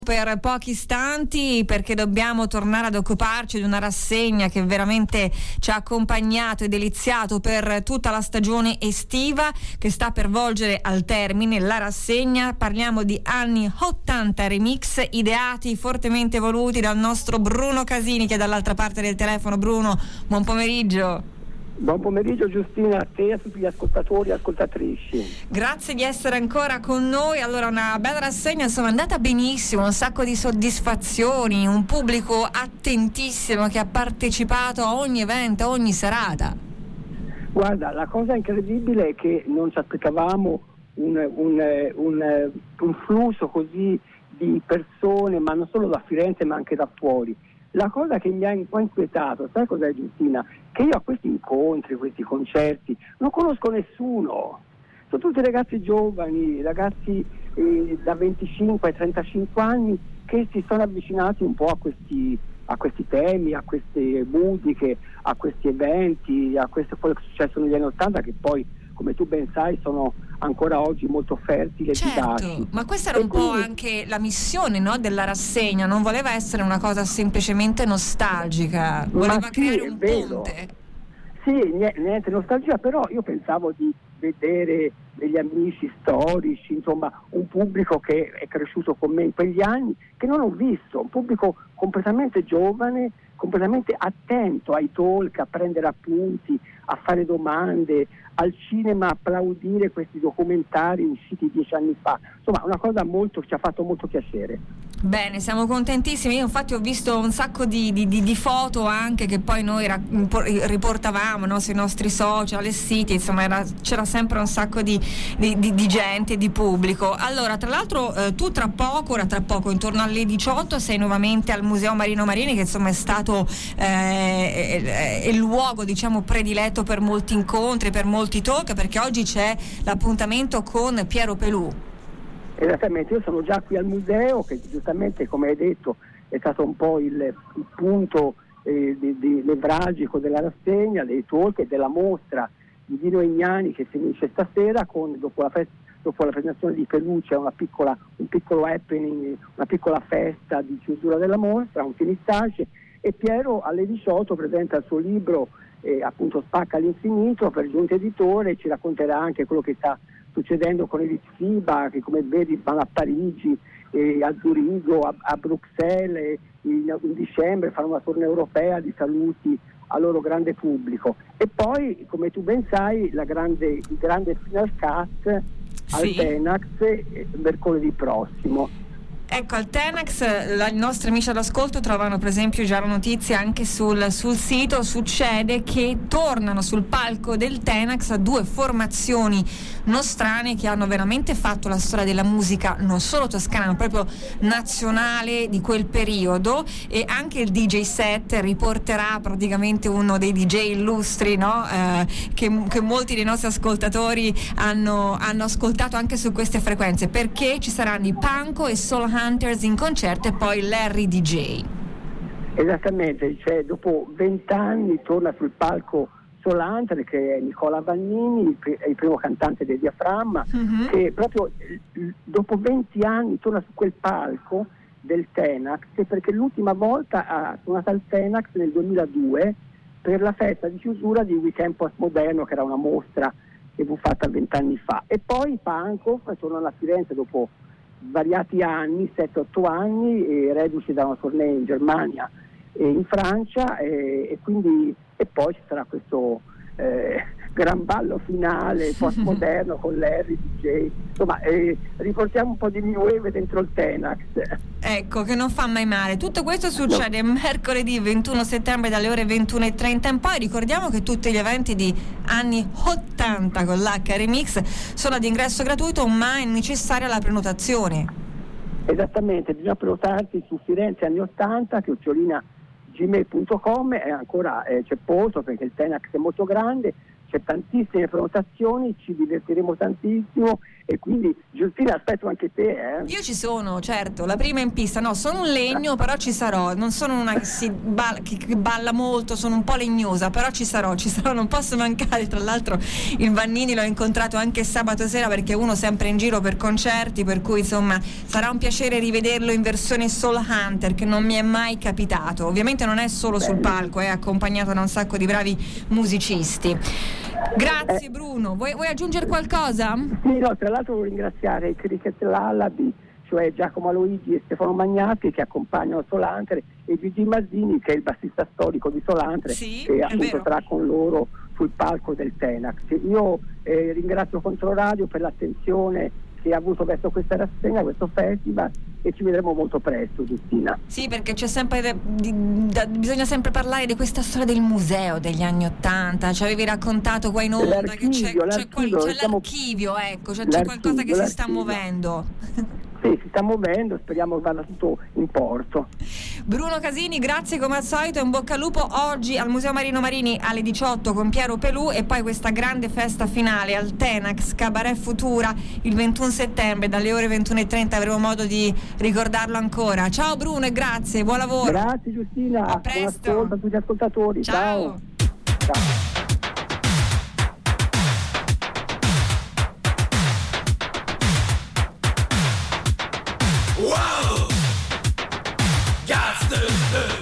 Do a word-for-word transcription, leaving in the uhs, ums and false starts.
Per pochi istanti, perché dobbiamo tornare ad occuparci di una rassegna che veramente ci ha accompagnato e deliziato per tutta la stagione estiva che sta per volgere al termine. La rassegna, parliamo di anni ottanta remix ideati, fortemente voluti dal nostro Bruno Casini, che è dall'altra parte del telefono. Bruno, buon pomeriggio. Buon pomeriggio Giustina, a te e a tutti gli ascoltatori e ascoltatrici. Grazie di essere ancora con noi. Allora, una bella rassegna, insomma, è andata benissimo, un sacco di soddisfazioni, un pubblico attentissimo che ha partecipato a ogni evento, a ogni serata. Guarda, la cosa incredibile è che non ci aspettavamo un, un, un, un flusso così di persone, ma non solo da Firenze ma anche da fuori. La cosa che mi ha un po' inquietato, sai cos'è Giustina? Che io a questi incontri, questi concerti, non conosco nessuno. Sono tutti ragazzi giovani, ragazzi eh, da venticinque ai trentacinque anni che si sono avvicinati un po' a questi, a questi temi, a queste musiche, a questi eventi, a questo quello che è successo negli anni Ottanta, che poi, come tu ben sai, sono ancora oggi molto fertili e certo, vivaci. Ma questa era un e po' quindi... anche la missione, no, della rassegna, non voleva essere una cosa semplicemente nostalgica, voleva ma creare sì, un vero. ponte. Sì, niente nostalgia, però io pensavo di vedere degli amici storici, insomma un pubblico che è cresciuto con me in quegli anni, che non ho visto, un pubblico completamente giovane, completamente attento ai talk, a prendere appunti, a fare domande, al cinema applaudire questi documentari usciti dieci anni fa. Insomma, una cosa molto, ci ha fatto molto piacere. Bene, siamo contentissimi. Io infatti ho visto un sacco di, di, di foto anche che poi noi ra- riportavamo, no, sui nostri social e siti, insomma era, c'era sempre un sacco di, di, di, di gente, di pubblico. Allora, tra l'altro eh, tu tra poco, ora tra poco, intorno alle diciotto sei nuovamente al Museo Marino Marini, che insomma è stato eh, è, è il luogo, diciamo, prediletto per molti incontri, per molti talk, perché oggi c'è l'appuntamento con Piero Pelù. Esattamente, io sono già qui al museo, che giustamente, come hai detto, è stato un po' il, il punto eh, di, di, nevralgico della rassegna, dei talk e della mostra di Dino Egnani che finisce stasera con, dopo la, festa, dopo la presentazione di Pelù, c'è una piccola, un piccolo happening, una piccola festa di chiusura della mostra, un finissage, e Piero alle diciotto presenta il suo libro, eh, appunto Spacca all'infinito, per Giunta Editore, e ci racconterà anche quello che sta succedendo con i FIBA, che come vedi vanno a Parigi, eh, a Zurigo, a, a Bruxelles, eh, in, in dicembre fanno una tournée europea di saluti al loro grande pubblico. E poi, come tu ben sai, la grande, il grande final cut sì. al Tenax eh, mercoledì prossimo. Ecco, al Tenax la, i nostri amici all'ascolto trovano per esempio già la notizia anche sul, sul sito. Succede che tornano sul palco del Tenax due formazioni nostrane che hanno veramente fatto la storia della musica non solo toscana ma proprio nazionale di quel periodo, e anche il D J set riporterà praticamente uno dei D J illustri, no? eh, che, che molti dei nostri ascoltatori hanno, hanno ascoltato anche su queste frequenze, perché ci saranno i Panko e Soul Hunters in concerto e poi Larry D J. Esattamente, cioè dopo vent'anni torna sul palco Soul Hunter, che è Nicola Vannini, è il primo cantante del Diaframma, uh-huh. che proprio dopo venti anni torna su quel palco del Tenax, perché l'ultima volta ha suonato al Tenax nel duemiladue per la festa di chiusura di Weekend Postmoderno, che era una mostra che fu fatta vent'anni fa. E poi i Panko tornano a Firenze dopo svariati anni, sette otto anni, e reduci da una tournée in Germania e in Francia, e, e quindi e poi ci sarà questo eh, gran ballo finale postmoderno con Larry D J. Insomma, eh, riportiamo un po' di new wave dentro il Tenax. Ecco, che non fa mai male. Tutto questo succede no. mercoledì ventuno settembre dalle ore ventuno e trenta in poi. Ricordiamo che tutti gli eventi di anni ottanta con l'H Remix sono ad ingresso gratuito, ma è necessaria la prenotazione. Esattamente, bisogna prenotarsi su Firenze anni ottanta, chiocciolina gmail punto com, e ancora eh, c'è posto perché il Tenax è molto grande. c'è tantissime prenotazioni, ci divertiremo tantissimo e quindi Giustina aspetto anche te. Eh. Io ci sono, certo, la prima in pista, no, sono un legno, però ci sarò, non sono una che, si balla, che, che balla molto, sono un po' legnosa, però ci sarò, ci sarò, non posso mancare. Tra l'altro il Vannini l'ho incontrato anche sabato sera, perché uno sempre in giro per concerti, per cui insomma sarà un piacere rivederlo in versione Soul Hunter, che non mi è mai capitato. Ovviamente non è solo sul palco, è accompagnato da un sacco di bravi musicisti. Grazie eh, Bruno, vuoi, vuoi aggiungere qualcosa? Sì, no, tra l'altro voglio ringraziare i Cricket Lullaby, cioè Giacomo Aloigi e Stefano Magnati, che accompagnano Solantre, e Gigi Mazzini, che è il bassista storico di Solantre, sì, che appunto sarà con loro sul palco del Tenax. Io eh, ringrazio Controradio per l'attenzione che ha avuto verso questa rassegna, questo festival, e ci vedremo molto presto, Giustina. Sì, perché c'è sempre de, di, da, bisogna sempre parlare di questa storia del museo degli anni Ottanta. Ci avevi raccontato qua in onda che c'è, c'è, qual, c'è siamo, l'archivio, ecco, cioè, c'è qualcosa che si sta muovendo. Sì, si sta muovendo, speriamo che vada tutto in porto. Bruno Casini, grazie come al solito, in bocca al lupo oggi al Museo Marino Marini alle diciotto con Piero Pelù, e poi questa grande festa finale al Tenax Cabaret Futura il ventuno settembre dalle ore ventuno e trenta. Avremo modo di ricordarlo ancora. Ciao Bruno e grazie, buon lavoro. Grazie Giustina, a presto. Buon ascolto a tutti gli ascoltatori. Ciao. Ciao. Ciao. Wow! Got to